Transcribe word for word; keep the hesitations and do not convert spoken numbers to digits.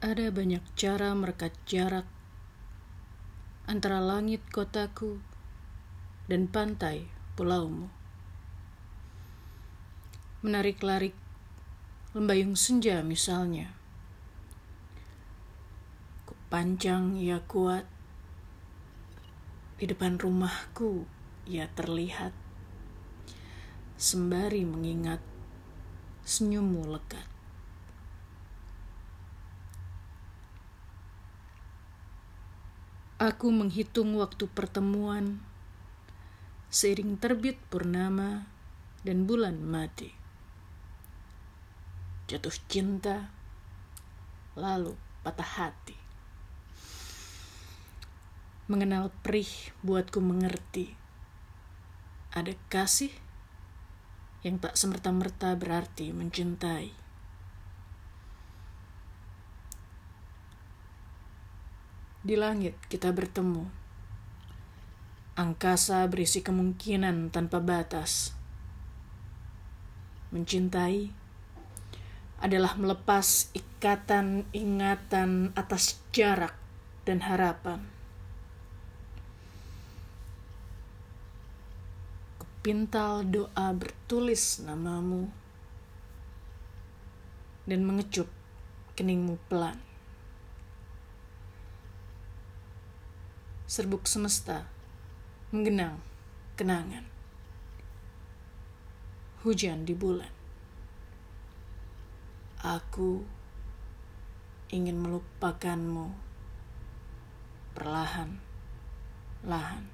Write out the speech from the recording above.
Ada banyak cara merekat jarak antara langit kotaku dan pantai pulaumu. Menarik-larik lembayung senja misalnya. Kupancang ia kuat, di depan rumahku ia terlihat, sembari mengingat senyummu lekat. Aku menghitung waktu pertemuan seiring terbit purnama dan bulan mati. Jatuh cinta, lalu patah hati. Mengenal perih buatku mengerti. Ada kasih yang tak semerta-merta berarti mencintai. Di langit kita bertemu. Angkasa berisi kemungkinan tanpa batas. Mencintai adalah melepas ikatan ingatan atas jarak dan harapan. Kupintal doa bertulis namamu dan mengecup keningmu pelan. Serbuk semesta menggenang kenangan. Hujan di bulan. Aku ingin melupakanmu perlahan-lahan.